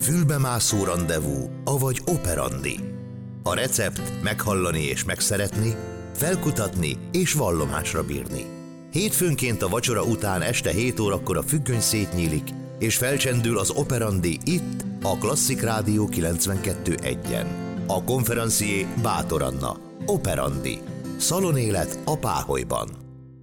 fülbemászó randevú, avagy operandi. A recept meghallani és megszeretni, felkutatni és vallomásra bírni. Hétfőnként a vacsora után este 7 órakor a függöny szétnyílik, és felcsendül az operandi itt, a Klasszik Rádió 92.1-en. A konferencié Bátor Anna. Operandi. Szalonélet a Páholyban.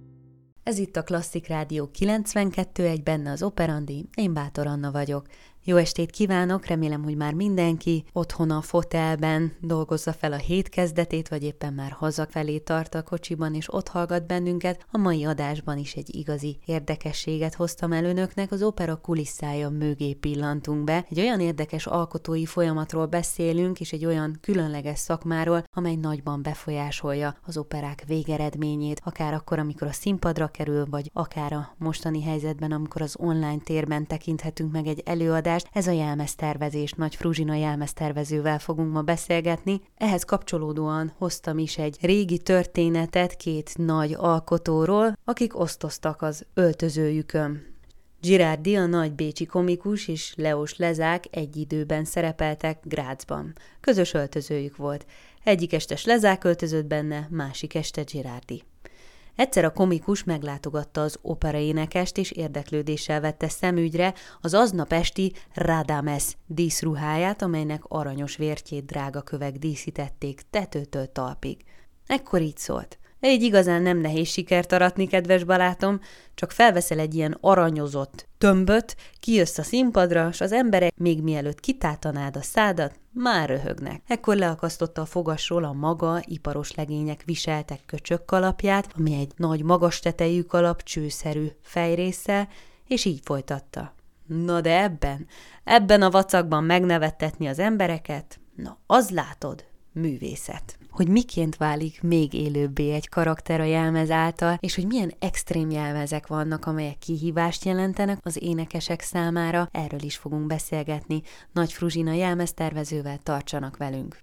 Ez itt a Klasszik Rádió 92.1, benne az Operandi, én Bátor Anna vagyok. Jó estét kívánok, remélem, hogy már mindenki otthon a fotelben dolgozza fel a hét kezdetét, vagy éppen már hazafelé tart a kocsiban, és ott hallgat bennünket. A mai adásban is egy igazi érdekességet hoztam el önöknek, az opera kulisszája mögé pillantunk be. Egy olyan érdekes alkotói folyamatról beszélünk, és egy olyan különleges szakmáról, amely nagyban befolyásolja az operák végeredményét, akár akkor, amikor a színpadra kerül, vagy akár a mostani helyzetben, amikor az online térben tekinthetünk meg egy előadást. Ez a jelmeztervezés, Nagy Fruzsina jelmeztervezővel fogunk ma beszélgetni. Ehhez kapcsolódóan hoztam is egy régi történetet két nagy alkotóról, akik osztoztak az öltözőjükön. Girardi, a nagy bécsi komikus, és Leos Lezák egy időben szerepeltek Grazban. Közös öltözőjük volt. Egyik estes Lezák öltözött benne, másik este Girardi. Egyszer a komikus meglátogatta az operaénekest, és érdeklődéssel vette szemügyre az aznap esti Radames díszruháját, amelynek aranyos vértjét drága kövek díszítették tetőtől talpig. Ekkor így szólt: így igazán nem nehéz sikert aratni, kedves barátom, csak felveszel egy ilyen aranyozott tömböt, kijössz a színpadra, s az emberek még mielőtt kitátanád a szádat, már röhögnek. Ekkor leakasztotta a fogasról a maga iparos legények viseltek köcsök kalapját, ami egy nagy magas tetejű kalap csőszerű fejrésszel, és így folytatta. Na de ebben a vacakban megnevettetni az embereket? Na, az látod, művészet. Hogy miként válik még élőbbé egy karakter a jelmez által, és hogy milyen extrém jelmezek vannak, amelyek kihívást jelentenek az énekesek számára, erről is fogunk beszélgetni. Nagy Fruzsina jelmeztervezővel, tartsanak velünk!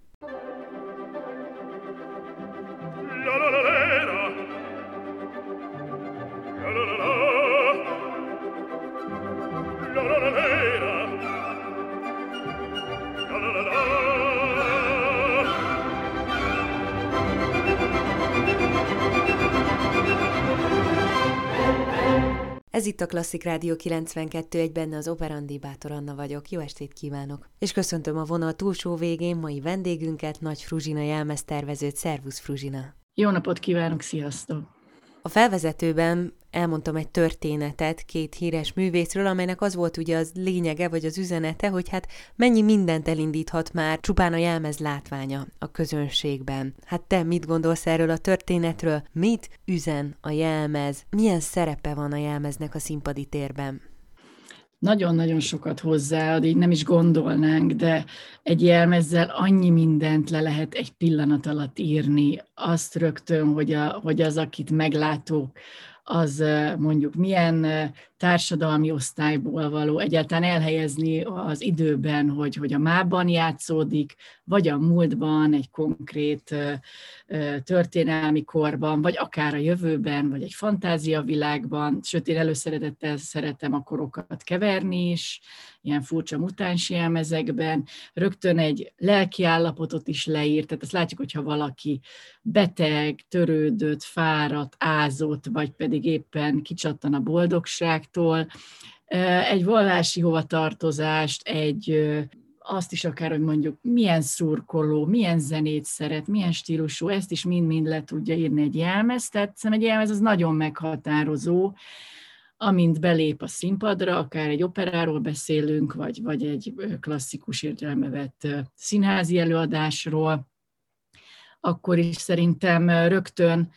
Ez itt a Klasszik Rádió 92.1, benne az Operandi, Bátor Anna vagyok. Jó estét kívánok! És köszöntöm a vonal túlsó végén mai vendégünket, Nagy Fruzsina jelmeztervezőt. Szervusz, Fruzsina! Jó napot kívánok, sziasztok! A felvezetőben elmondtam egy történetet két híres művészről, amelynek az volt ugye az lényege, vagy az üzenete, hogy hát mennyi mindent elindíthat már csupán a jelmez látványa a közönségben. Hát te mit gondolsz erről a történetről? Mit üzen a jelmez? Milyen szerepe van a jelmeznek a színpadi térben? Nagyon-nagyon sokat hozzáad, így nem is gondolnánk, de egy jelmezzel annyi mindent le lehet egy pillanat alatt írni. Azt rögtön, hogy az, akit meglátók, az mondjuk milyen társadalmi osztályból való, egyáltalán elhelyezni az időben, hogy a mában játszódik, vagy a múltban, egy konkrét történelmi korban, vagy akár a jövőben, vagy egy fantáziavilágban. Sőt, én előszeretettel szeretem a korokat keverni is, ilyen furcsa mutáns jelmezekben. Rögtön egy lelkiállapotot is leír, tehát azt látjuk, hogyha valaki beteg, törődött, fáradt, ázott, vagy pedig éppen kicsattan a boldogságtól. Egy vallási hovatartozást, azt is akár, hogy mondjuk milyen szurkoló, milyen zenét szeret, milyen stílusú, ezt is mind-mind le tudja írni egy jelmez. Tehát szerintem egy jelmez az nagyon meghatározó, amint belép a színpadra, akár egy operáról beszélünk, vagy egy klasszikus értelembe vett színházi előadásról, akkor is szerintem rögtön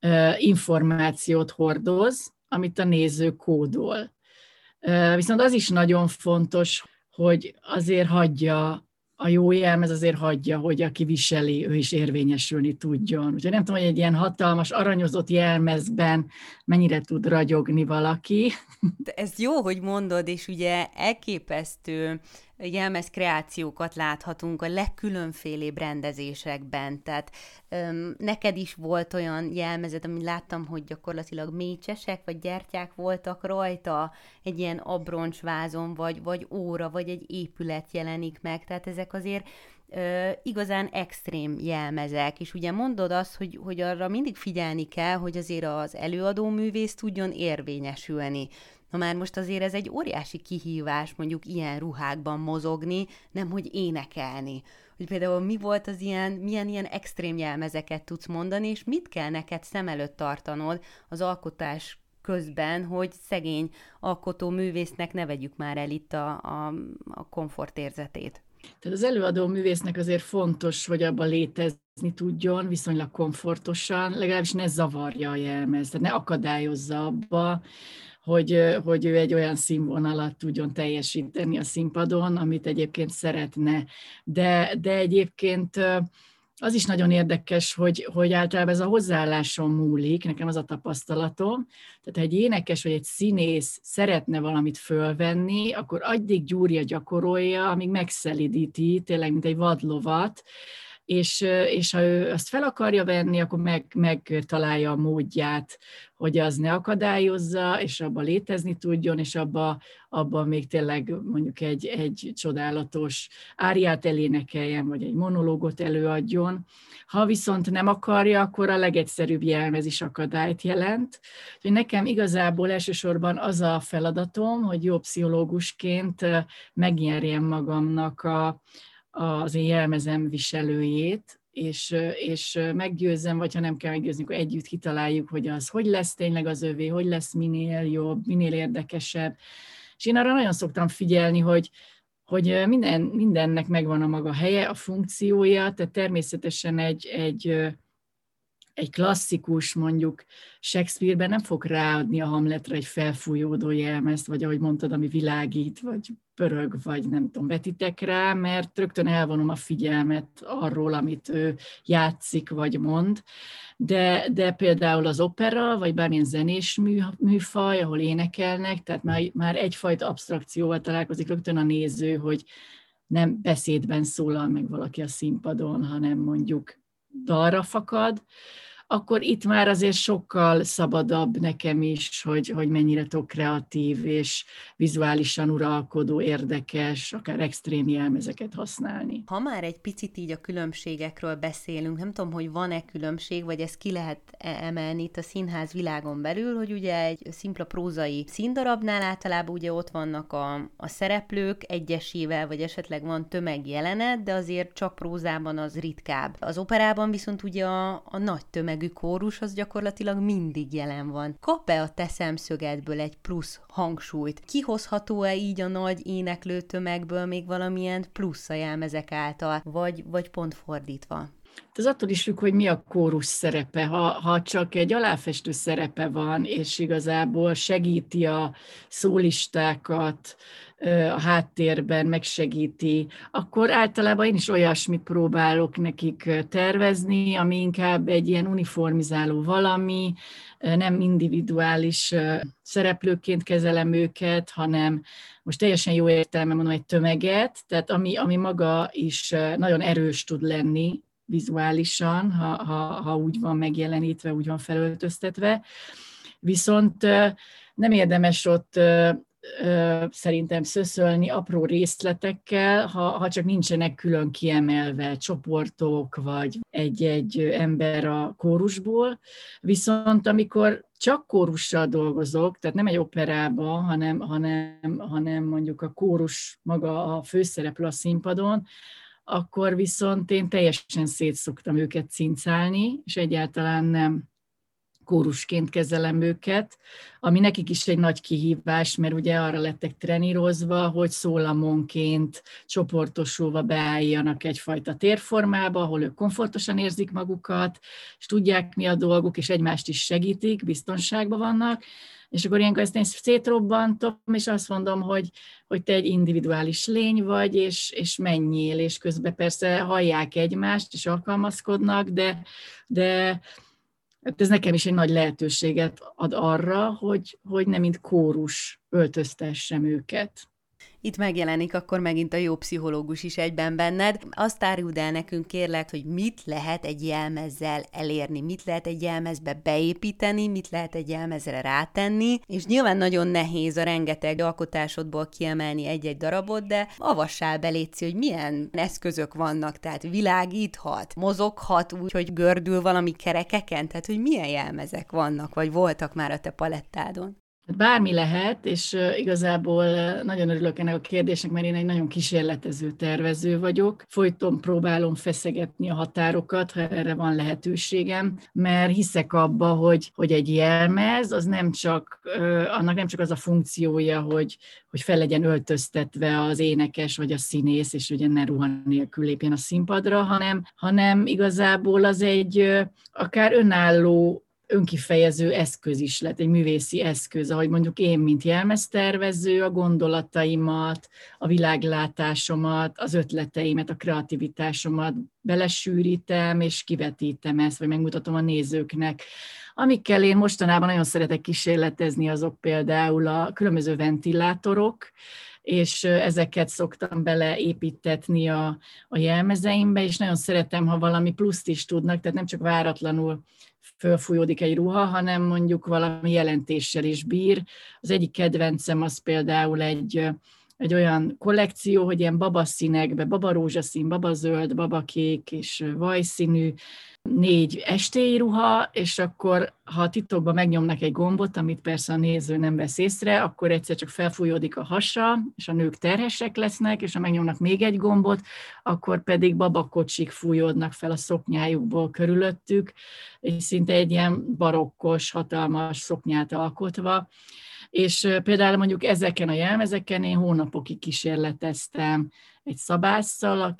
információt hordoz, amit a néző kódol. Viszont az is nagyon fontos, hogy azért hagyja, a jó jelmez azért hagyja, hogy aki viseli, ő is érvényesülni tudjon. Úgyhogy nem tudom, hogy egy ilyen hatalmas, aranyozott jelmezben mennyire tud ragyogni valaki. De ez jó, hogy mondod, és ugye elképesztő jelmezkreációkat láthatunk a legkülönfélébb rendezésekben. Tehát neked is volt olyan jelmezed, amit láttam, hogy gyakorlatilag mécsesek vagy gyertyák voltak rajta, egy ilyen abroncsvázon, vagy óra, vagy egy épület jelenik meg. Tehát ezek azért igazán extrém jelmezek, és ugye mondod azt, hogy arra mindig figyelni kell, hogy azért az előadó művész tudjon érvényesülni. Na már most azért ez egy óriási kihívás mondjuk ilyen ruhákban mozogni, nem hogy énekelni. Hogy például mi volt az milyen ilyen extrém jelmezeket tudsz mondani, és mit kell neked szem előtt tartanod az alkotás közben, hogy szegény alkotó művésznek ne vegyük már el itt a komfortérzetét. Tehát az előadó művésznek azért fontos, hogy abban létezni tudjon, viszonylag komfortosan, legalábbis ne zavarja a jelmez, tehát ne akadályozza abba, hogy ő egy olyan színvonalat tudjon teljesíteni a színpadon, amit egyébként szeretne. De egyébként az is nagyon érdekes, hogy általában ez a hozzáálláson múlik, nekem az a tapasztalatom. Tehát ha egy énekes vagy egy színész szeretne valamit fölvenni, akkor addig gyúrja, gyakorolja, amíg megszelidíti, tényleg mint egy vadlovat, és ha ő azt fel akarja venni, akkor megtalálja a módját, hogy az ne akadályozza, és abban létezni tudjon, és abban még tényleg mondjuk egy csodálatos áriát elénekeljen, vagy egy monológot előadjon. Ha viszont nem akarja, akkor a legegyszerűbb jelmez is akadályt jelent. Úgyhogy nekem igazából elsősorban az a feladatom, hogy jó pszichológusként megnyerjem magamnak az én jelmezem viselőjét, és meggyőzzem, vagy ha nem kell meggyőzni, akkor együtt kitaláljuk, hogy az hogy lesz tényleg az övé, hogy lesz minél jobb, minél érdekesebb. És én arra nagyon szoktam figyelni, hogy mindennek megvan a maga helye, a funkciója, tehát természetesen egy klasszikus, mondjuk Shakespeare-ben nem fog ráadni a Hamletre egy felfújódó jelmezt, vagy ahogy mondtad, ami világít, vagy pörög, vagy nem tudom, vetitek rá, mert rögtön elvonom a figyelmet arról, amit ő játszik, vagy mond. De például az opera, vagy bármilyen zenés műfaj, ahol énekelnek, tehát már egyfajta absztrakcióval találkozik rögtön a néző, hogy nem beszédben szólal meg valaki a színpadon, hanem mondjuk dalra fakad, akkor itt már azért sokkal szabadabb nekem is, hogy mennyire tudok kreatív és vizuálisan uralkodó, érdekes, akár extrém jelmezeket használni. Ha már egy picit így a különbségekről beszélünk, nem tudom, hogy van-e különbség, vagy ezt ki lehet emelni itt a színház világon belül, hogy ugye egy szimpla prózai színdarabnál általában ugye ott vannak a szereplők egyesével, vagy esetleg van tömegjelenet, de azért csak prózában az ritkább. Az operában viszont ugye a nagy tömegű kórus az gyakorlatilag mindig jelen van. Kap-e a te szemszögedből egy plusz hangsúlyt? Kihozható-e így a nagy éneklő tömegből még valamilyen plusz a jelmezek által, vagy pont fordítva? Ez attól is függ, hogy mi a kórus szerepe. Ha csak egy aláfestő szerepe van, és igazából segíti a szólistákat a háttérben, megsegíti, akkor általában én is olyasmit próbálok nekik tervezni, ami inkább egy ilyen uniformizáló valami, nem individuális szereplőként kezelem őket, hanem most teljesen jó értelemben mondom egy tömeget, tehát ami maga is nagyon erős tud lenni, vizuálisan, ha úgy van megjelenítve, úgy van felöltöztetve. Viszont nem érdemes ott szerintem szöszölni apró részletekkel, ha csak nincsenek külön kiemelve csoportok, vagy egy ember a kórusból. Viszont amikor csak kórussal dolgozok, tehát nem egy operában, hanem mondjuk a kórus maga a főszereplő a színpadon, akkor viszont én teljesen szét szoktam őket cincálni, és egyáltalán nem kórusként kezelem őket, ami nekik is egy nagy kihívás, mert ugye arra lettek trenírozva, hogy szólamonként csoportosulva beálljanak egyfajta térformába, ahol ők komfortosan érzik magukat, és tudják, mi a dolguk, és egymást is segítik, biztonságban vannak, és akkor ilyenkor ezt én szétrobbantom, és azt mondom, hogy te egy individuális lény vagy, és menjél, és közben persze hallják egymást, és alkalmazkodnak, de ez nekem is egy nagy lehetőséget ad arra, hogy nem mint kórus öltöztessem őket. Itt megjelenik akkor megint a jó pszichológus is egyben benned. Azt áruld el nekünk kérlek, hogy mit lehet egy jelmezzel elérni, mit lehet egy jelmezbe beépíteni, mit lehet egy jelmezre rátenni, és nyilván nagyon nehéz a rengeteg alkotásodból kiemelni egy-egy darabot, de avassál be, létszi, hogy milyen eszközök vannak, tehát világíthat, mozoghat úgy, hogy gördül valami kerekeken, tehát hogy milyen jelmezek vannak, vagy voltak már a te palettádon. Bármi lehet, és igazából nagyon örülök ennek a kérdésnek, mert én egy nagyon kísérletező tervező vagyok. Folyton próbálom feszegetni a határokat, ha erre van lehetőségem, mert hiszek abba, hogy egy jelmez, az annak nem csak az a funkciója, hogy fel legyen öltöztetve az énekes vagy a színész, és ugye ne ruha nélkül lépjen a színpadra, hanem igazából az egy akár önálló önkifejező eszköz is lett, egy művészi eszköz, ahogy mondjuk én, mint jelmeztervező, a gondolataimat, a világlátásomat, az ötleteimet, a kreativitásomat belesűrítem, és kivetítem ezt, vagy megmutatom a nézőknek. Amikkel én mostanában nagyon szeretek kísérletezni, azok például a különböző ventilátorok, és ezeket szoktam beleépítetni a jelmezeimbe, és nagyon szeretem, ha valami pluszt is tudnak, tehát nem csak váratlanul fölfújódik egy ruha, hanem mondjuk valami jelentéssel is bír. Az egyik kedvencem az például egy olyan kollekció, hogy ilyen babaszínekbe, babarózsaszín, babazöld, babakék és vajszínű 4 estélyi ruha, és akkor, ha titokban megnyomnak egy gombot, amit persze a néző nem vesz észre, akkor egyszer csak felfújódik a hasa, és a nők terhesek lesznek, és ha megnyomnak még egy gombot, akkor pedig babakocsik fújódnak fel a szoknyájukból körülöttük, és szinte egy ilyen barokkos, hatalmas szoknyát alkotva. És például mondjuk ezeken a jelmezeken én hónapokig kísérleteztem egy szabásszal,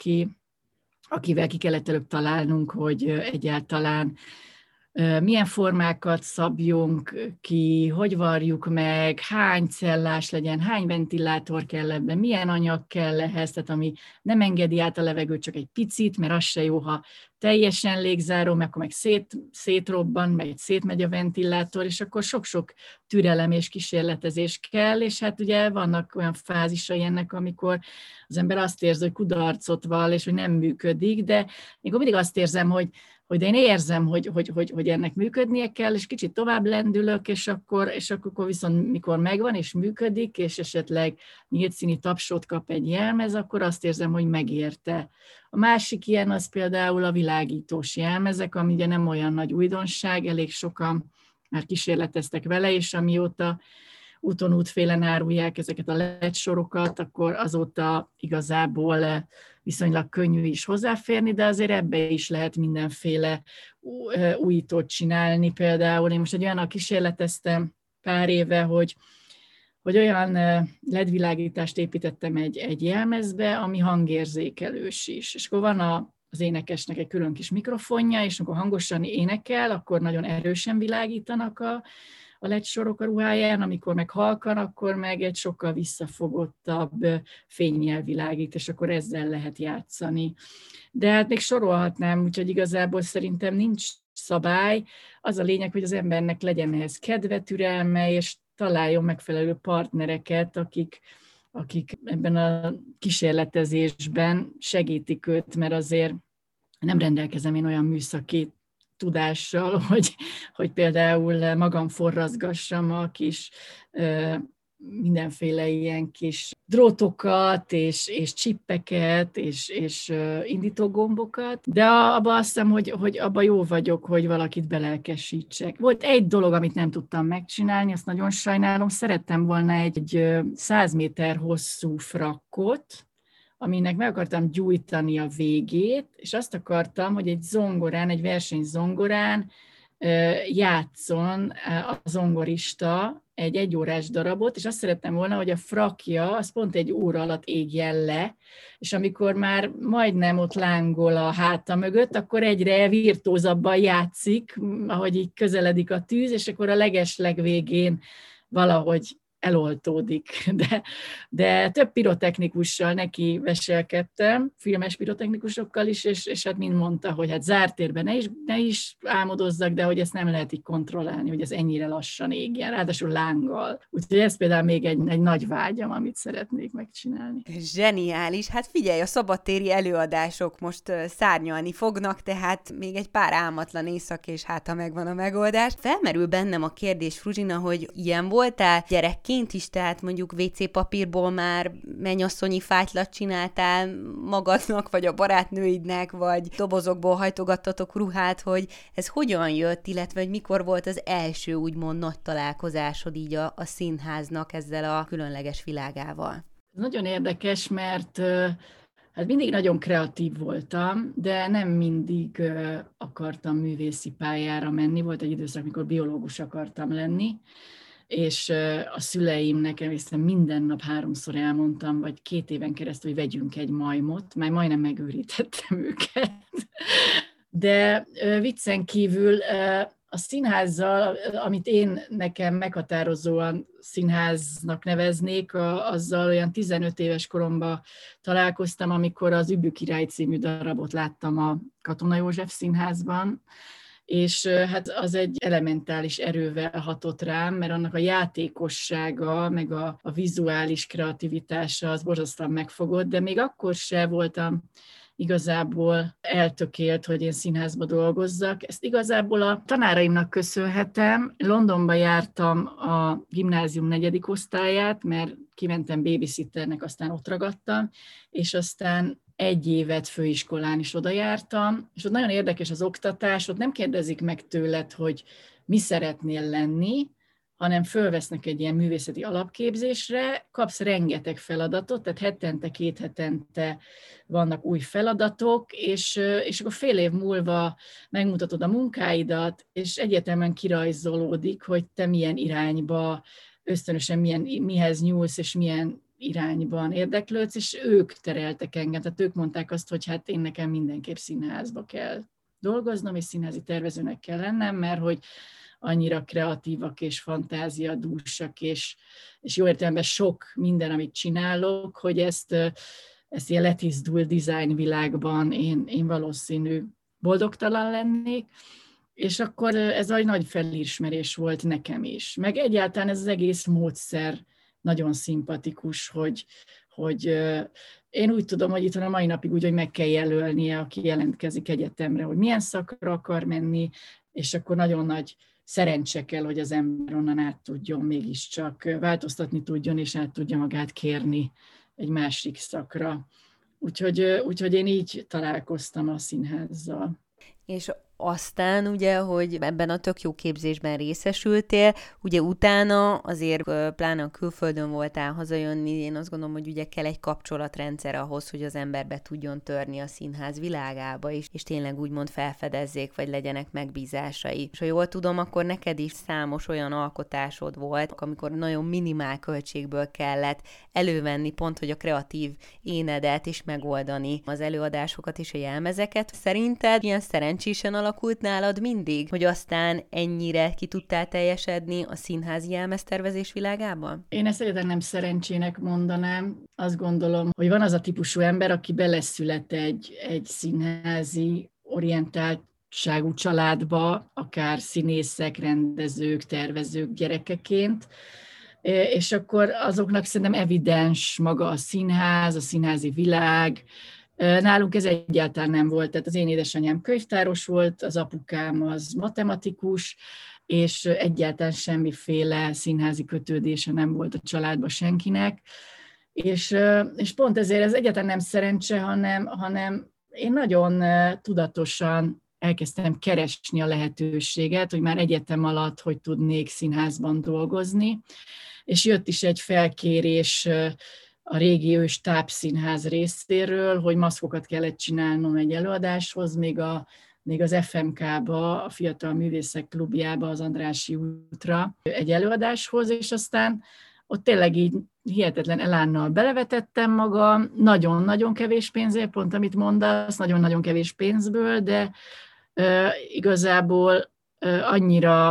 akivel ki kellett előbb találnunk, hogy egyáltalán milyen formákat szabjunk ki, hogy varjuk meg, hány cellás legyen, hány ventilátor kell ebben, milyen anyag kell ehhez, tehát ami nem engedi át a levegőt csak egy picit, mert az se jó, ha teljesen légzáró, mert akkor meg szétrobban, meg szétmegy a ventilátor, és akkor sok-sok türelem és kísérletezés kell, és hát ugye vannak olyan fázisai ennek, amikor az ember azt érzi, hogy kudarcot vall, és hogy nem működik, de én mindig azt érzem, hogy de én érzem, hogy ennek működnie kell, és kicsit tovább lendülök, és akkor viszont mikor megvan, és működik, és esetleg nyílt színi tapsot kap egy jelmez, akkor azt érzem, hogy megérte. A másik ilyen az például a világítós jelmezek, ami ugye nem olyan nagy újdonság, elég sokan már kísérleteztek vele, és amióta úton útfélen árulják ezeket a LED sorokat, akkor azóta igazából viszonylag könnyű is hozzáférni, de azért ebbe is lehet mindenféle újítót csinálni. Például én most egy olyannal kísérleteztem pár éve, hogy olyan LED világítást építettem egy jelmezbe, ami hangérzékelős is. És akkor van az énekesnek egy külön kis mikrofonja, és amikor hangosan énekel, akkor nagyon erősen világítanak a LED sorok a ruháján, amikor meg halkan, akkor meg egy sokkal visszafogottabb fénnyel világít, és akkor ezzel lehet játszani. De hát még sorolhatnám, úgyhogy igazából szerintem nincs szabály. Az a lényeg, hogy az embernek legyen ehhez kedve, türelme, és találjon megfelelő partnereket, akik ebben a kísérletezésben segítik őt, mert azért nem rendelkezem én olyan műszaki tudással, hogy például magam forrazgassam a kis mindenféle ilyen kis drótokat, és csippeket, és indítógombokat, de abban azt hiszem, hogy abban jó vagyok, hogy valakit belelkesítsek. Volt egy dolog, amit nem tudtam megcsinálni, azt nagyon sajnálom, szerettem volna egy 100 méter hosszú frakkot, aminek meg akartam gyújtani a végét, és azt akartam, hogy egy versenyzongorán játszon a zongorista egy egyórás darabot, és azt szerettem volna, hogy a frakja az pont egy óra alatt égjen le, és amikor már majdnem ott lángol a háta mögött, akkor egyre virtuózabban játszik, ahogy így közeledik a tűz, és akkor a legesleg végén valahogy eloltódik, de több pirotechnikussal neki veselkedtem, filmes pirotechnikusokkal is, és hát mind mondta, hogy hát zárt térben ne is álmodozzak, de hogy ezt nem lehet így kontrollálni, hogy ez ennyire lassan égjen, ráadásul lánggal. Úgyhogy ez például még egy nagy vágyam, amit szeretnék megcsinálni. Zseniális! Hát figyelj, a szabadtéri előadások most szárnyalni fognak, tehát még egy pár álmatlan éjszak, és hát ha megvan a megoldás. Felmerül bennem a kérdés, Fruzsina, hogy ilyen voltál gyerekként is, tehát mondjuk WC papírból már mennyasszonyi fájtlat csináltál magadnak, vagy a barátnőidnek, vagy dobozokból hajtogattatok ruhát, hogy ez hogyan jött, illetve hogy mikor volt az első úgymond nagy találkozásod így a színháznak ezzel a különleges világával? Nagyon érdekes, mert hát mindig nagyon kreatív voltam, de nem mindig akartam művészi pályára menni. Volt egy időszak, amikor biológus akartam lenni, és a szüleim nekem hiszem minden nap 3-szor elmondtam, vagy 2 éven keresztül, hogy vegyünk egy majmot, már majdnem megőrítettem őket. De viccen kívül a színházzal, amit nekem meghatározóan színháznak neveznék, azzal olyan 15 éves koromban találkoztam, amikor az Übbő király című darabot láttam a Katona József Színházban, és hát az egy elementális erővel hatott rám, mert annak a játékossága, meg a vizuális kreativitása az borzasztóan megfogott, de még akkor se voltam igazából eltökélt, hogy én színházba dolgozzak. Ezt igazából a tanáraimnak köszönhetem. Londonba jártam a gimnázium 4. osztályát, mert kimentem babysitternek, aztán ott ragadtam, és aztán 1 évet főiskolán is oda jártam, és ott nagyon érdekes az oktatás, ott nem kérdezik meg tőled, hogy mi szeretnél lenni, hanem fölvesznek egy ilyen művészeti alapképzésre, kapsz rengeteg feladatot, tehát 2 hetente vannak új feladatok, és akkor fél év múlva megmutatod a munkáidat, és egyértelműen kirajzolódik, hogy te milyen irányba, ösztönösen mihez nyúlsz, és milyen irányban érdeklődsz, és ők tereltek engem, tehát ők mondták azt, hogy hát én nekem mindenképp színházba kell dolgoznom, és színházi tervezőnek kell lennem, mert hogy annyira kreatívak és fantáziadúsak, és jó értelemben sok minden, amit csinálok, hogy ezt ilyen letisztult design világban én valószínű boldogtalan lennék, és akkor ez egy nagy felismerés volt nekem is. Meg egyáltalán ez az egész módszer nagyon szimpatikus, hogy én úgy tudom, hogy itt van a mai napig úgy, hogy meg kell jelölnie, aki jelentkezik egyetemre, hogy milyen szakra akar menni, és akkor nagyon nagy szerencse kell, hogy az ember onnan át tudjon mégiscsak változtatni tudjon, és át tudja magát kérni egy másik szakra. Úgyhogy én így találkoztam a színházzal. És aztán ugye, hogy ebben a tök jó képzésben részesültél, ugye utána azért pláne a külföldön voltál hazajönni, én azt gondolom, hogy ugye kell egy kapcsolatrendszer ahhoz, hogy az ember be tudjon törni a színház világába is, és tényleg úgymond felfedezzék, vagy legyenek megbízásai. És ha jól tudom, akkor neked is számos olyan alkotásod volt, amikor nagyon minimál költségből kellett elővenni pont, hogy a kreatív énedet is megoldani, az előadásokat és a jelmezeket. Szerinted ilyen szerencsésen alakult nálad mindig, hogy aztán ennyire ki tudtál teljesedni a színházi jelmeztervezés világában? Én ezt egyáltalán nem szerencsének mondanám. Azt gondolom, hogy van az a típusú ember, aki beleszület egy színházi orientáltságú családba, akár színészek, rendezők, tervezők gyerekeként, és akkor azoknak szerintem evidens maga a színház, a színházi világ. Nálunk ez egyáltalán nem volt, tehát az én édesanyám könyvtáros volt, az apukám az matematikus, és egyáltalán semmiféle színházi kötődése nem volt a családban senkinek, és pont ezért ez egyáltalán nem szerencse, hanem én nagyon tudatosan elkezdtem keresni a lehetőséget, hogy már egyetem alatt hogy tudnék színházban dolgozni, és jött is egy felkérés a régi ős tápszínház részéről, hogy maszkokat kellett csinálnom egy előadáshoz, még az FMK-ba, a Fiatal Művészek Klubjába, az Andrássy útra egy előadáshoz, és aztán ott tényleg így hihetetlen elánnal belevetettem magam, nagyon-nagyon kevés pénzért, pont amit mondasz, nagyon-nagyon kevés pénzből, de igazából annyira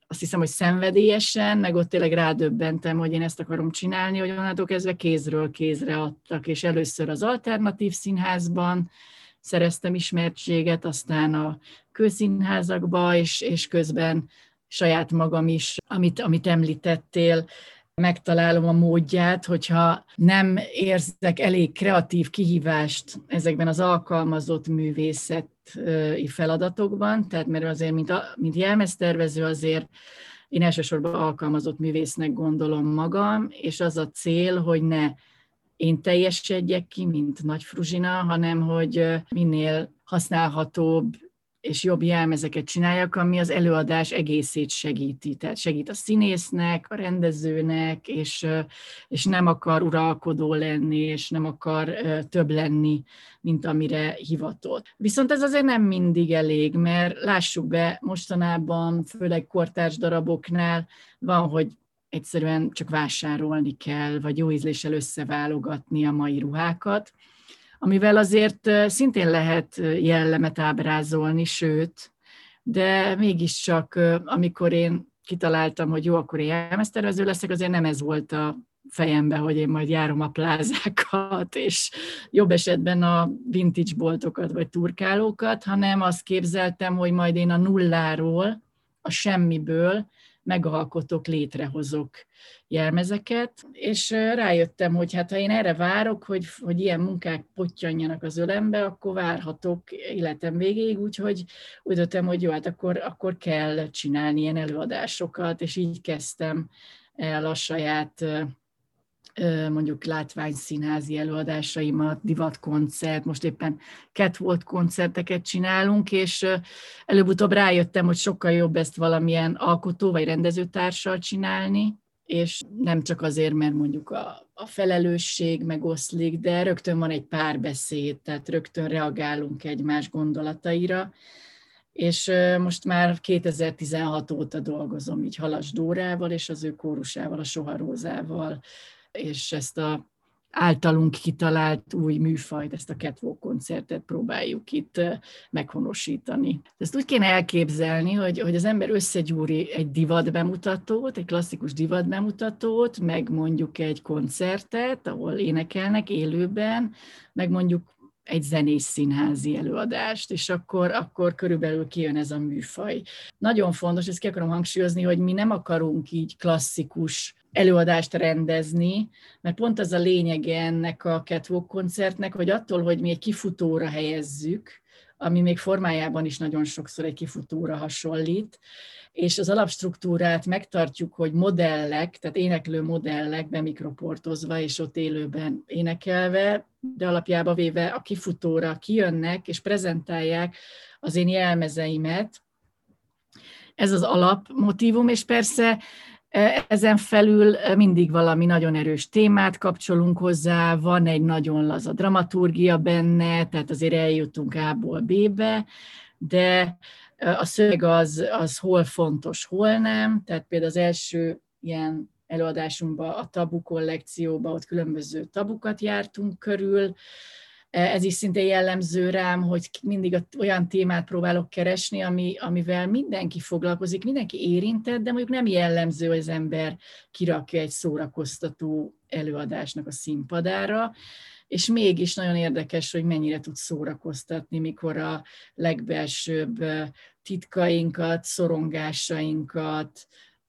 azt hiszem, hogy szenvedélyesen, meg ott tényleg rádöbbentem, hogy én ezt akarom csinálni, hogy onnantól kezdve kézről kézre adtak, és először az alternatív színházban szereztem ismertséget, aztán a kőszínházakba, és közben saját magam is, amit említettél, megtalálom a módját, hogyha nem érzek elég kreatív kihívást ezekben az alkalmazott művészeti feladatokban, tehát mert azért, mint jelmeztervező, azért én elsősorban alkalmazott művésznek gondolom magam, és az a cél, hogy ne én teljesedjek ki, mint Nagy Fruzsina, hanem hogy minél használhatóbb és jobb jelmezeket csináljak, ami az előadás egészét segíti. Tehát segít a színésznek, a rendezőnek, és nem akar uralkodó lenni, és nem akar több lenni, mint amire hivatott. Viszont ez azért nem mindig elég, mert lássuk be, mostanában, főleg kortárs daraboknál van, hogy egyszerűen csak vásárolni kell, vagy jó ízléssel összeválogatni a mai ruhákat, amivel azért szintén lehet jellemet ábrázolni, sőt, de mégiscsak, amikor én kitaláltam, hogy jó, akkor én jelmeztervező leszek, azért nem ez volt a fejemben, hogy én majd járom a plázákat, és jobb esetben a vintage boltokat, vagy turkálókat, hanem azt képzeltem, hogy majd én a nulláról, a semmiből megalkotok, létrehozok jelmezeket, és rájöttem, hogy hát ha én erre várok, hogy ilyen munkák pottyanjanak az ölembe, akkor várhatok életem végéig, úgyhogy úgy döntöttem, hogy jó, hát akkor kell csinálni ilyen előadásokat, és így kezdtem el a saját mondjuk látványszínházi előadásaimat, divatkoncert, most éppen catwalk koncerteket csinálunk, és előbb-utóbb rájöttem, hogy sokkal jobb ezt valamilyen alkotó vagy rendezőtársal csinálni, és nem csak azért, mert mondjuk a felelősség megoszlik, de rögtön van egy párbeszéd, tehát rögtön reagálunk egymás gondolataira, és most már 2016 óta dolgozom így Halas Dórával, és az ő kórusával, a Soha Rózával, és ezt a általunk kitalált új műfajt, ezt a catwalk koncertet próbáljuk itt meghonosítani. Ezt úgy kéne elképzelni, hogy az ember összegyúri egy divatbemutatót, egy klasszikus divatbemutatót, meg mondjuk egy koncertet, ahol énekelnek élőben, meg mondjuk egy zenés színházi előadást, és akkor körülbelül kijön ez a műfaj. Nagyon fontos, ezt ki akarom hangsúlyozni, hogy mi nem akarunk így klasszikus előadást rendezni, mert pont az a lényege ennek a catwalk koncertnek, hogy attól, hogy mi egy kifutóra helyezzük, ami még formájában is nagyon sokszor egy kifutóra hasonlít, és az alapstruktúrát megtartjuk, hogy modellek, tehát éneklő modellek bemikroportozva, és ott élőben énekelve, de alapjába véve a kifutóra kijönnek, és prezentálják az én jelmezeimet. Ez az alapmotívum, és persze ezen felül mindig valami nagyon erős témát kapcsolunk hozzá, van egy nagyon laza dramaturgia benne, tehát azért eljutunk A-ból B-be, de a szöveg az hol fontos, hol nem, tehát például az első ilyen előadásunkban, a Tabu kollekcióban, ott különböző tabukat jártunk körül. Ez is szintén jellemző rám, hogy mindig olyan témát próbálok keresni, amivel mindenki foglalkozik, mindenki érintett, de mondjuk nem jellemző, hogy az ember kirakja egy szórakoztató előadásnak a színpadára, és mégis nagyon érdekes, hogy mennyire tud szórakoztatni, mikor a legbelsőbb titkainkat, szorongásainkat,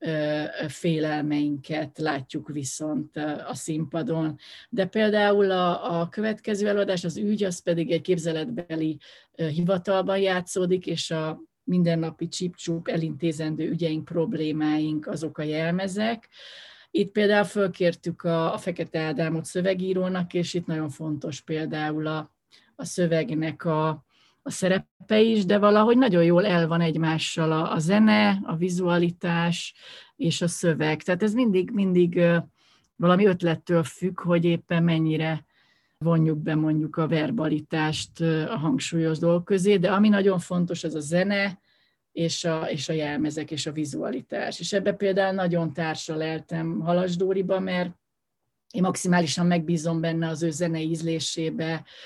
félelmeinket látjuk viszont a színpadon. De például a következő előadás, az ügy, az pedig egy képzeletbeli hivatalban játszódik, és a mindennapi csip-csup elintézendő ügyeink, problémáink, azok a jelmezek. Itt például fölkértük a Fekete Ádámot szövegírónak, és itt nagyon fontos például a szövegnek a szerepe is, de valahogy nagyon jól el van egymással a zene, a vizualitás és a szöveg. Tehát ez mindig valami ötlettől függ, hogy éppen mennyire vonjuk be mondjuk a verbalitást a hangsúlyos dolgok közé, de ami nagyon fontos, az a zene, és a jelmezek, és a vizualitás. És ebbe például nagyon társaleltem Halas Dóriba, mert én maximálisan megbízom benne az ő zenei ízlésébe,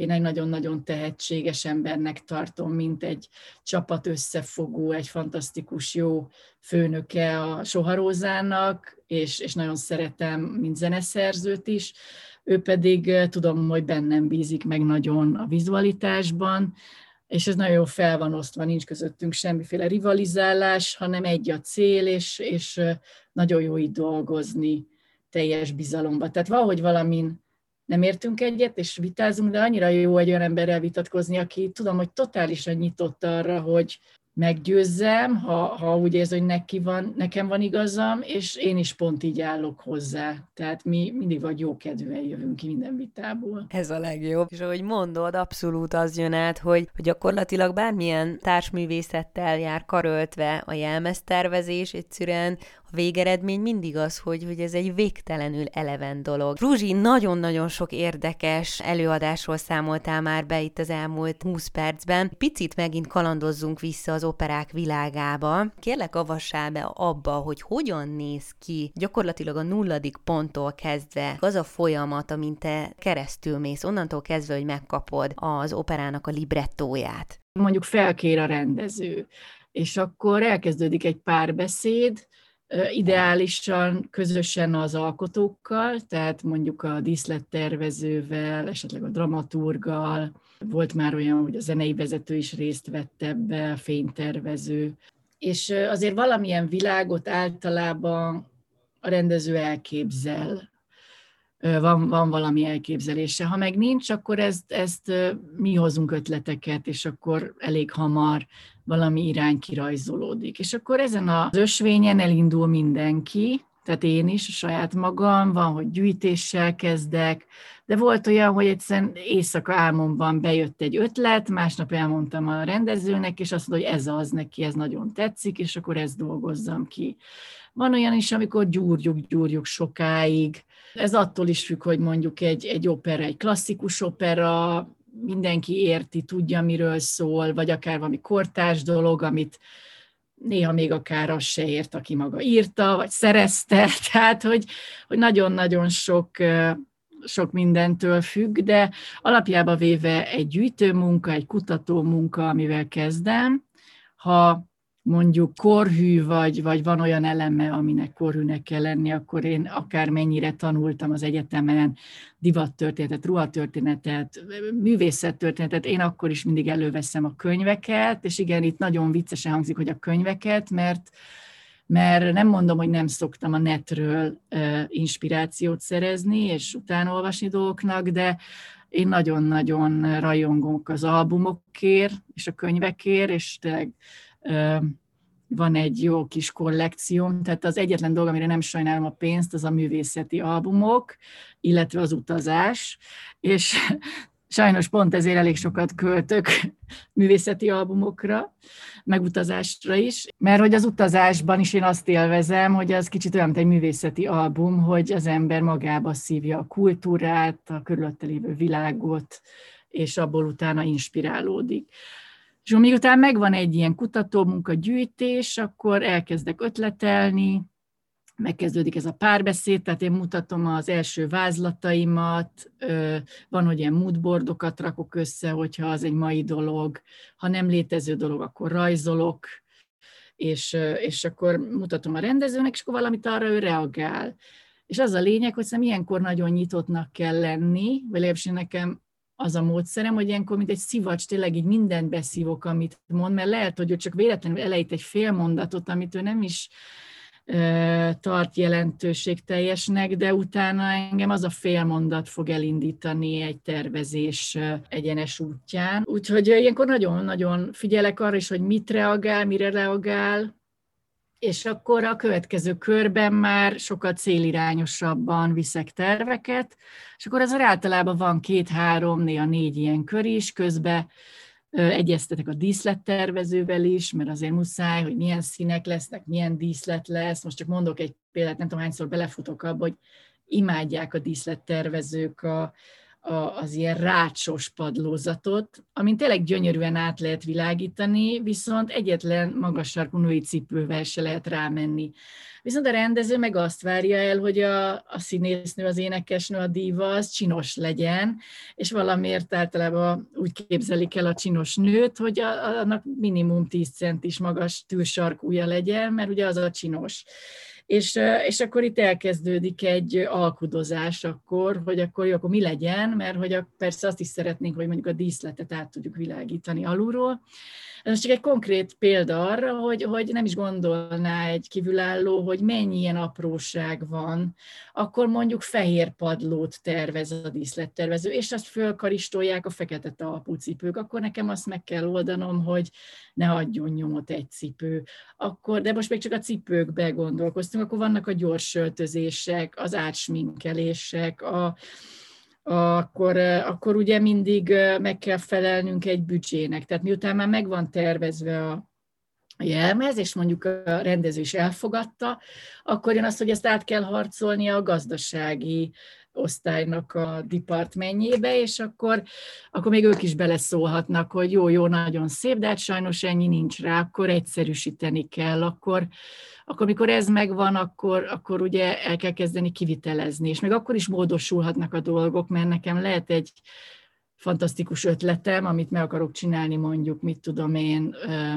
én egy nagyon-nagyon tehetséges embernek tartom, mint egy csapat összefogó, egy fantasztikus jó főnöke a Soha-Rózának, és nagyon szeretem, mint zeneszerzőt is. Ő pedig tudom, hogy bennem bízik meg nagyon a vizualitásban, és ez nagyon fel van osztva, nincs közöttünk semmiféle rivalizálás, hanem egy a cél, és nagyon jó így dolgozni teljes bizalomba. Tehát valahogy valamin nem értünk egyet, és vitázunk, de annyira jó egy olyan emberrel vitatkozni, aki tudom, hogy totálisan nyitott arra, hogy meggyőzzem, ha úgy érzi, hogy nekem van igazam, és én is pont így állok hozzá. Tehát mi mindig vagy jókedvűen jövünk ki minden vitából. Ez a legjobb. És ahogy mondod, abszolút az jön át, hogy gyakorlatilag bármilyen társművészettel jár karöltve a jelmeztervezés, egyszerűen a végeredmény mindig az, hogy ez egy végtelenül eleven dolog. Ruzsi, nagyon-nagyon sok érdekes előadásról számoltál már be itt az elmúlt 20 percben. Picit megint kalandozzunk vissza az operák világába. Kérlek, avassál be abba, hogy hogyan néz ki gyakorlatilag a 0. ponttól kezdve az a folyamat, amint te keresztül mész, onnantól kezdve, hogy megkapod az operának a librettóját. Mondjuk felkér a rendező, és akkor elkezdődik egy párbeszéd, ideálisan közösen az alkotókkal, tehát mondjuk a díszlettervezővel, esetleg a dramaturggal. Volt már olyan, hogy a zenei vezető is részt vett ebbe, a fénytervező. És azért valamilyen világot általában a rendező elképzel. Van valami elképzelése. Ha meg nincs, akkor ezt mi hozunk ötleteket, és akkor elég hamar valami irány kirajzolódik. És akkor ezen az ösvényen elindul mindenki, tehát én is, a saját magam, van, hogy gyűjtéssel kezdek, de volt olyan, hogy egyszerűen éjszaka álmomban bejött egy ötlet, másnap elmondtam a rendezőnek, és azt mondta, hogy ez az neki, ez nagyon tetszik, és akkor ezt dolgozzam ki. Van olyan is, amikor gyúrjuk sokáig. Ez attól is függ, hogy mondjuk egy opera, egy klasszikus opera, mindenki érti, tudja, miről szól, vagy akár valami kortárs dolog, amit néha még akár az se ért, aki maga írta, vagy szerezte, tehát hogy nagyon-nagyon sok mindentől függ, de alapjába véve egy gyűjtőmunka, egy kutatómunka, amivel kezdem, ha mondjuk korhű, vagy van olyan eleme, aminek korhűnek kell lenni, akkor én akármennyire tanultam az egyetemen divattörténetet, ruhatörténetet, művészettörténetet, én akkor is mindig előveszem a könyveket, és igen, itt nagyon viccesen hangzik, hogy a könyveket, mert nem mondom, hogy nem szoktam a netről inspirációt szerezni, és utána olvasni dolgoknak, de én nagyon-nagyon rajongok az albumokért, és a könyvekért, és tényleg van egy jó kis kollekcióm, tehát az egyetlen dolog, amire nem sajnálom a pénzt, az a művészeti albumok, illetve az utazás, és sajnos pont ezért elég sokat költök művészeti albumokra, meg utazásra is, mert hogy az utazásban is én azt élvezem, hogy az kicsit olyan, mint egy művészeti album, hogy az ember magába szívja a kultúrát, a körülötte lévő világot, és abból utána inspirálódik. És miután megvan egy ilyen kutatómunka, gyűjtés, akkor elkezdek ötletelni, megkezdődik ez a párbeszéd, tehát én mutatom az első vázlataimat, van, hogy ilyen moodboardokat rakok össze, hogyha az egy mai dolog, ha nem létező dolog, akkor rajzolok, és akkor mutatom a rendezőnek, és akkor valamit arra ő reagál. És az a lényeg, hogy szerintem ilyenkor nagyon nyitottnak kell lenni, vagy legalábbis nekem az a módszerem, hogy ilyenkor, mint egy szivacs, tényleg így mindent beszívok, amit mond, mert lehet, hogy ő csak véletlenül elejt egy fél mondatot, amit ő nem is tart jelentőségteljesnek, de utána engem az a fél mondat fog elindítani egy tervezés egyenes útján. Úgyhogy ilyenkor nagyon-nagyon figyelek arra is, hogy mit reagál, mire reagál, és akkor a következő körben már sokkal célirányosabban viszek terveket, és akkor az általában van 2-3, néha 4 ilyen kör is, közben egyeztetek a díszlettervezővel is, mert azért muszáj, hogy milyen színek lesznek, milyen díszlet lesz. Most csak mondok egy példát, nem tudom hányszor belefutok abba, hogy imádják a díszlettervezők az ilyen rácsos padlózatot, amin tényleg gyönyörűen át lehet világítani, viszont egyetlen magas sarkú női cipővel se lehet rámenni. Viszont a rendező meg azt várja el, hogy a színésznő, az énekesnő, a díva az csinos legyen, és valamiért általában úgy képzelik el a csinos nőt, hogy annak minimum 10 centis magas tűrsarkúja legyen, mert ugye az a csinos. És akkor itt elkezdődik egy alkudozás akkor, hogy akkor jó, akkor mi legyen, mert hogy persze azt is szeretnénk, hogy mondjuk a díszletet át tudjuk világítani alulról. Ez csak egy konkrét példa arra, hogy nem is gondolná egy kívülálló, hogy mennyi ilyen apróság van. Akkor mondjuk fehér padlót tervez a díszlettervező, és azt fölkaristolják a fekete talpú cipők. Akkor nekem azt meg kell oldanom, hogy ne adjon nyomot egy cipő. De most még csak a cipőkbe gondolkoztunk, akkor vannak a gyors öltözések, az átsminkelések, akkor ugye mindig meg kell felelnünk egy büdzsének. Tehát miután már meg van tervezve a jelmez, és mondjuk a rendező is elfogadta, akkor jön az, hogy ezt át kell harcolni a gazdasági osztálynak a departmentjébe, és akkor még ők is beleszólhatnak, hogy jó, nagyon szép, de hát sajnos ennyi nincs rá, akkor egyszerűsíteni kell, akkor mikor ez megvan, akkor ugye el kell kezdeni kivitelezni, és még akkor is módosulhatnak a dolgok, mert nekem lehet egy fantasztikus ötletem, amit meg akarok csinálni mondjuk, mit tudom én,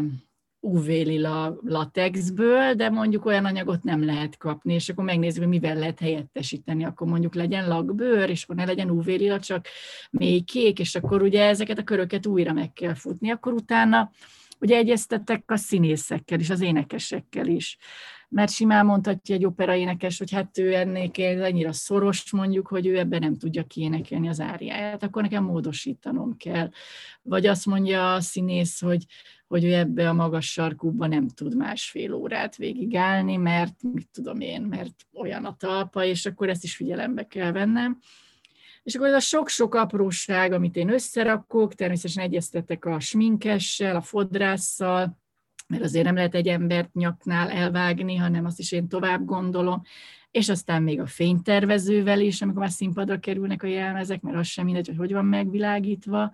UV-lila latexből, de mondjuk olyan anyagot nem lehet kapni, és akkor megnézzük, hogy mivel lehet helyettesíteni, akkor mondjuk legyen lakbőr, és akkor ne legyen UV-lila, csak mély kék, és akkor ugye ezeket a köröket újra meg kell futni, akkor utána ugye egyeztettek a színészekkel is, az énekesekkel is. Mert simán mondhatja egy operaénekes, hogy hát ő ennél annyira szoros mondjuk, hogy ő ebben nem tudja kiénekelni az áriáját, akkor nekem módosítanom kell. Vagy azt mondja a színész, hogy ő ebbe a magas sarkúban nem tud 1,5 órát végigállni, mert mit tudom én, mert olyan a talpa, és akkor ezt is figyelembe kell vennem. És akkor ez a sok-sok apróság, amit én összerakok, természetesen egyeztetek a sminkessel, a fodrásszal, mert azért nem lehet egy embert nyaknál elvágni, hanem azt is én tovább gondolom, és aztán még a fénytervezővel is, amikor már színpadra kerülnek a jelmezek, mert az sem mindegy, hogy van megvilágítva,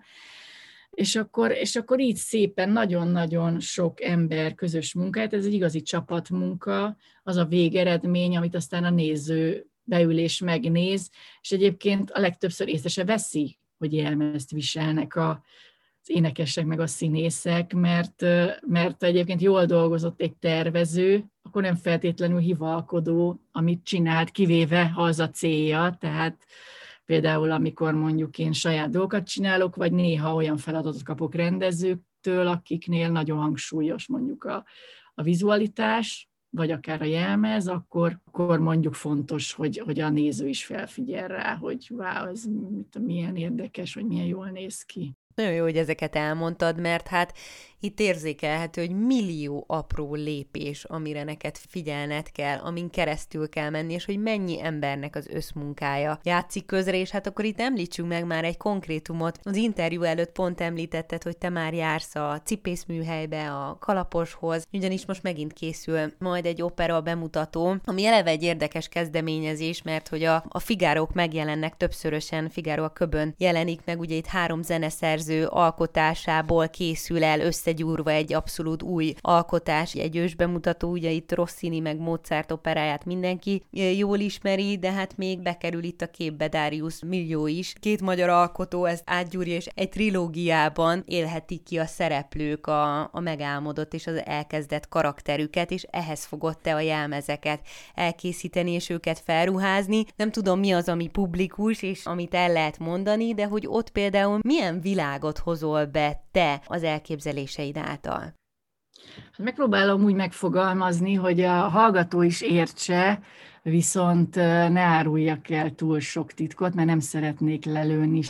és akkor így szépen nagyon-nagyon sok ember közös munkáját, ez egy igazi csapatmunka, az a végeredmény, amit aztán a néző beül és megnéz, és egyébként a legtöbbször észre se veszi, hogy jelmezt viselnek az énekesek meg a színészek, mert egyébként jól dolgozott egy tervező, akkor nem feltétlenül hivalkodó, amit csinált, kivéve ha az a célja, tehát például amikor mondjuk én saját dolgokat csinálok, vagy néha olyan feladatot kapok rendezőktől, akiknél nagyon hangsúlyos mondjuk a vizualitás, vagy akár a jelmez, akkor mondjuk fontos, hogy a néző is felfigyel rá, hogy wow, ez milyen érdekes, vagy milyen jól néz ki. Nagyon jó, hogy ezeket elmondtad, mert hát itt érzékelhető, hogy millió apró lépés, amire neked figyelned kell, amin keresztül kell menni, és hogy mennyi embernek az összmunkája játszik közre, és hát akkor itt említsünk meg már egy konkrétumot. Az interjú előtt pont említetted, hogy te már jársz a cipészműhelybe, a Kalaposhoz, ugyanis most megint készül majd egy opera bemutató, ami eleve egy érdekes kezdeményezés, mert hogy a Figarók megjelennek többszörösen, Figaro a Köbön jelenik meg, ugye itt 3 zeneszerző alkotásából készül el összegyúrva egy abszolút új alkotás, egy ősbemutató, ugye itt Rossini meg Mozart operáját mindenki jól ismeri, de hát még bekerül itt a képbe Darius Milhaud is. 2 magyar alkotó ezt átgyúrja, és egy trilógiában élhetik ki a szereplők a megálmodott és az elkezdett karakterüket, és ehhez fogod te a jelmezeket elkészíteni, és őket felruházni. Nem tudom, mi az, ami publikus, és amit el lehet mondani, de hogy ott például milyen világot hozol be te az elképzeléseid által? Megpróbálom úgy megfogalmazni, hogy a hallgató is értse, viszont ne áruljak el túl sok titkot, mert nem szeretnék lelőni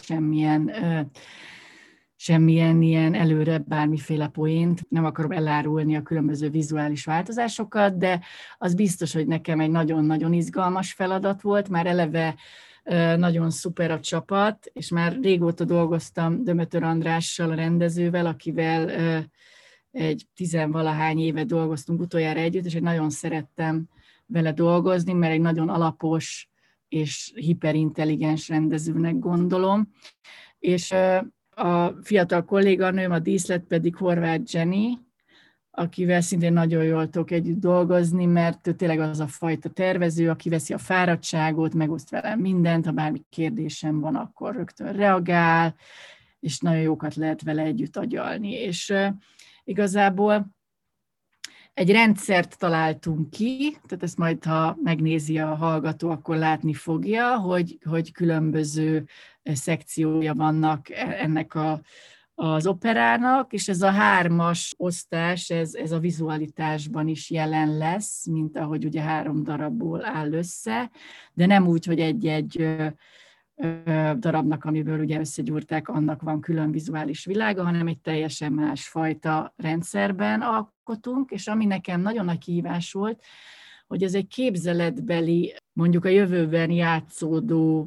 semmilyen ilyen előre bármiféle poént. Nem akarom elárulni a különböző vizuális változásokat, de az biztos, hogy nekem egy nagyon-nagyon izgalmas feladat volt, már eleve nagyon szuper a csapat, és már régóta dolgoztam Dömötör Andrással, a rendezővel, akivel egy 10-valahány éve dolgoztunk utoljára együtt, és nagyon szerettem vele dolgozni, mert egy nagyon alapos, és hiperintelligens rendezőnek gondolom. És a fiatal kolléganőm, a díszlet pedig Horváth Jenny, akivel szintén nagyon jól tudok együtt dolgozni, mert ő tényleg az a fajta tervező, aki veszi a fáradtságot, megoszt velem mindent, ha bármi kérdésem van, akkor rögtön reagál, és nagyon jókat lehet vele együtt agyalni. És igazából egy rendszert találtunk ki, tehát ezt majd, ha megnézi a hallgató, akkor látni fogja, hogy különböző szekciója vannak ennek az operának, és ez a 3-as osztás, ez a vizualitásban is jelen lesz, mint ahogy ugye 3 darabból áll össze, de nem úgy, hogy egy-egy darabnak, amiből ugye összegyúrták, annak van külön vizuális világa, hanem egy teljesen másfajta rendszerben alkotunk, és ami nekem nagyon nagy kihívás volt, hogy ez egy képzeletbeli, mondjuk a jövőben játszódó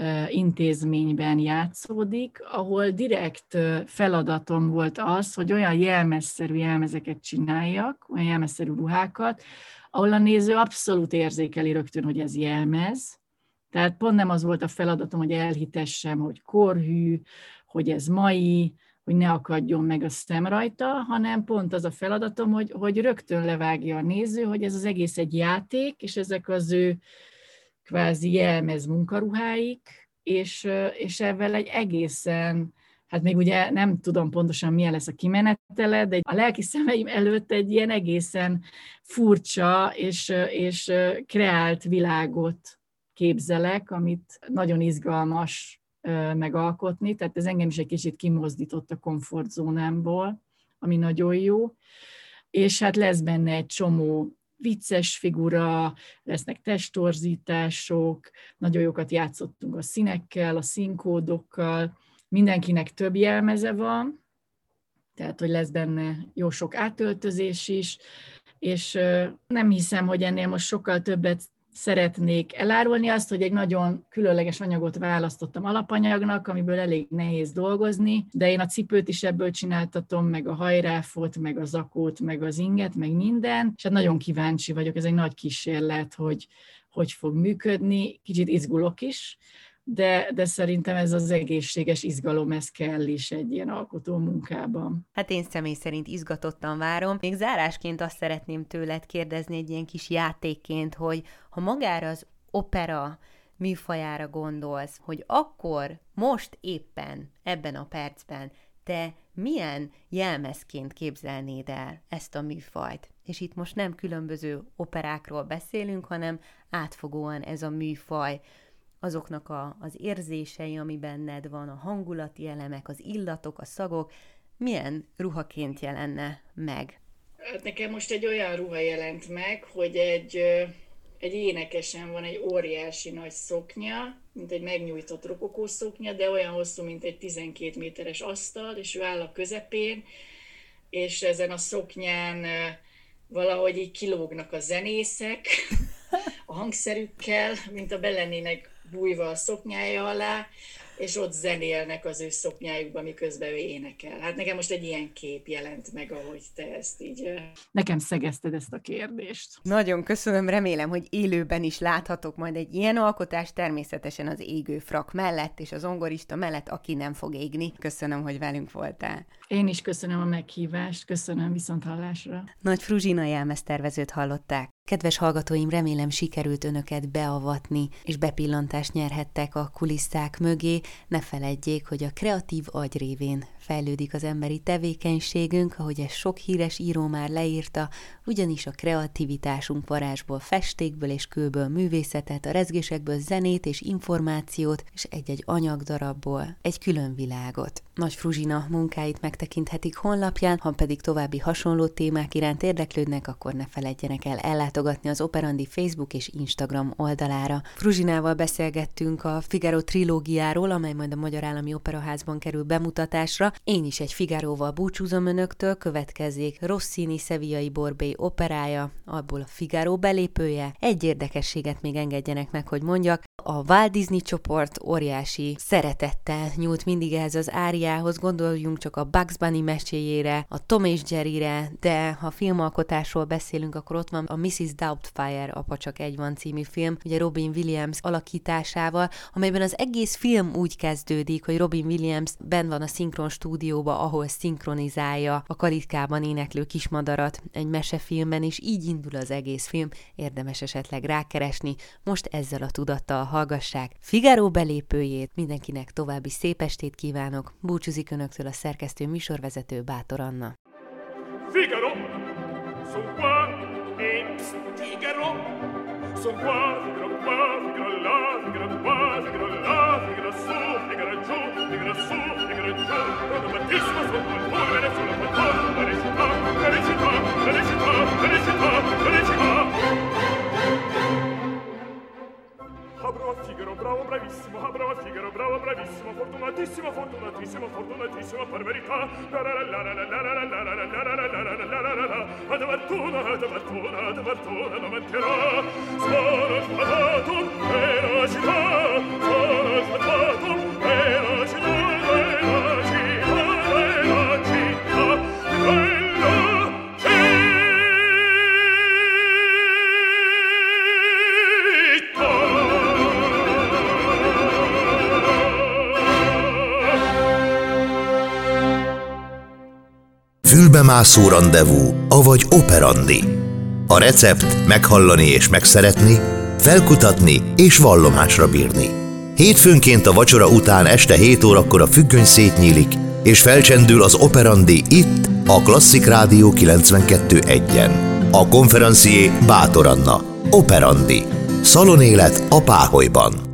intézményben játszódik, ahol direkt feladatom volt az, hogy olyan jelmezszerű jelmezeket csináljak, olyan jelmezszerű ruhákat, ahol a néző abszolút érzékeli rögtön, hogy ez jelmez. Tehát pont nem az volt a feladatom, hogy elhitessem, hogy korhű, hogy ez mai, hogy ne akadjon meg a szem rajta, hanem pont az a feladatom, hogy rögtön levágja a néző, hogy ez az egész egy játék, és ezek az ő kvázi jelmez munkaruháik, és ezzel egy egészen, hát még ugye nem tudom pontosan milyen lesz a kimenetele, de a lelki szemeim előtt egy ilyen egészen furcsa és kreált világot képzelek, amit nagyon izgalmas megalkotni, tehát ez engem is egy kicsit kimozdított a komfortzónámból, ami nagyon jó, és hát lesz benne egy csomó vicces figura, lesznek testtorzítások, nagyon jókat játszottunk a színekkel, a színkódokkal, mindenkinek több jelmeze van, tehát hogy lesz benne jó sok átöltözés is, és nem hiszem, hogy ennél most sokkal többet szeretnék elárulni, azt, hogy egy nagyon különleges anyagot választottam alapanyagnak, amiből elég nehéz dolgozni, de én a cipőt is ebből csináltatom, meg a hajráfot, meg a zakót, meg az inget, meg minden, és hát nagyon kíváncsi vagyok, ez egy nagy kísérlet, hogy fog működni, kicsit izgulok is, de szerintem ez az egészséges izgalom, ez kell is egy ilyen alkotó munkában. Hát én személy szerint izgatottan várom. Még zárásként azt szeretném tőled kérdezni egy ilyen kis játékként, hogy ha magára az opera műfajára gondolsz, hogy akkor most éppen ebben a percben te milyen jelmezként képzelnéd el ezt a műfajt? És itt most nem különböző operákról beszélünk, hanem átfogóan ez a műfaj, azoknak az érzései, ami benned van, a hangulati elemek, az illatok, a szagok, milyen ruhaként jelenne meg? Hát nekem most egy olyan ruha jelent meg, hogy egy énekesen van egy óriási nagy szoknya, mint egy megnyújtott rokokó szoknya, de olyan hosszú, mint egy 12 méteres asztal, és ő áll a közepén, és ezen a szoknyán valahogy így kilógnak a zenészek a hangszerükkel, mint a belennének bújva a szoknyája alá, és ott zenélnek az ő szoknyájukban, miközben ő énekel. Hát nekem most egy ilyen kép jelent meg, ahogy te ezt így... Nekem szegezted ezt a kérdést. Nagyon köszönöm, remélem, hogy élőben is láthatok majd egy ilyen alkotást, természetesen az égő frak mellett, és az zongorista mellett, aki nem fog égni. Köszönöm, hogy velünk voltál. Én is köszönöm a meghívást, köszönöm, viszonthallásra. Nagy Fruzsina jelmeztervezőt hallották. Kedves hallgatóim, remélem sikerült önöket beavatni, és bepillantást nyerhettek a kulisszák mögé. Ne feledjék, hogy a kreatív agy révén fejlődik az emberi tevékenységünk, ahogy ezt sok híres író már leírta, ugyanis a kreativitásunk varázsból festékből és kőből művészetet, a rezgésekből zenét és információt, és egy-egy anyagdarabból egy külön világot. Nagy Fruzsina munkáit megtekinthetik honlapján, ha pedig további hasonló témák iránt érdeklődnek, akkor ne feledjenek el ellátogatni az Operandi Facebook és Instagram oldalára. Fruzsinával beszélgettünk a Figaro trilógiáról, amely majd a Magyar Állami Operaházban kerül bemutatásra. Én is egy Figaróval búcsúzom önöktől, következzék Rossini Sevillai Borbély operája, abból a Figaro belépője. Egy érdekességet még engedjenek meg, hogy mondjak. A Walt Disney csoport óriási szeretettel nyújt mindig ehhez az áriához, Máriához, gondoljunk csak a Bugs Bunny meséjére, a Tom és Jerryre, de ha filmalkotásról beszélünk, akkor ott van a Mrs. Doubtfire, Apa csak egy van című film, ugye Robin Williams alakításával, amelyben az egész film úgy kezdődik, hogy Robin Williams benn van a szinkron stúdióba, ahol szinkronizálja a kalitkában éneklő kismadarat egy mesefilmben, és így indul az egész film, érdemes esetleg rákeresni, most ezzel a tudattal hallgassák Figaro belépőjét, mindenkinek további szép estét kívánok, búcsúzik önöktől a szerkesztő műsorvezető Bátor Anna. Figaro, son qua, e Figaro, son qua, Figaro qua, Figaro là, Figaro qua, Figaro là, Figaro su, Figaro giù, Figaro su, Figaro giù, rodo battissimo sul polvere, sulla polvere, felicità, felicità, felicità, felicità, felicità. Ah, bravo Figaro, bravo, bravissimo, ah, bravo Figaro, bravo, bravissimo, fortunatissimo, fortunatissimo, fortunatissimo, per verità. La la la la la la la la la la la la la la la la la la. Ad fortuna, non mancherà. Sono sfatato per la città, sono sfatato per la città, per la città, per la città, per Fülbemászó randevú, avagy operandi. A recept meghallani és megszeretni, felkutatni és vallomásra bírni. Hétfőnként a vacsora után este 7 órakor a függöny szétnyílik, és felcsendül az operandi itt, a Klasszik Rádió 92.1-en. A konferencié Bátor Anna. Operandi. Szalonélet a Páholyban.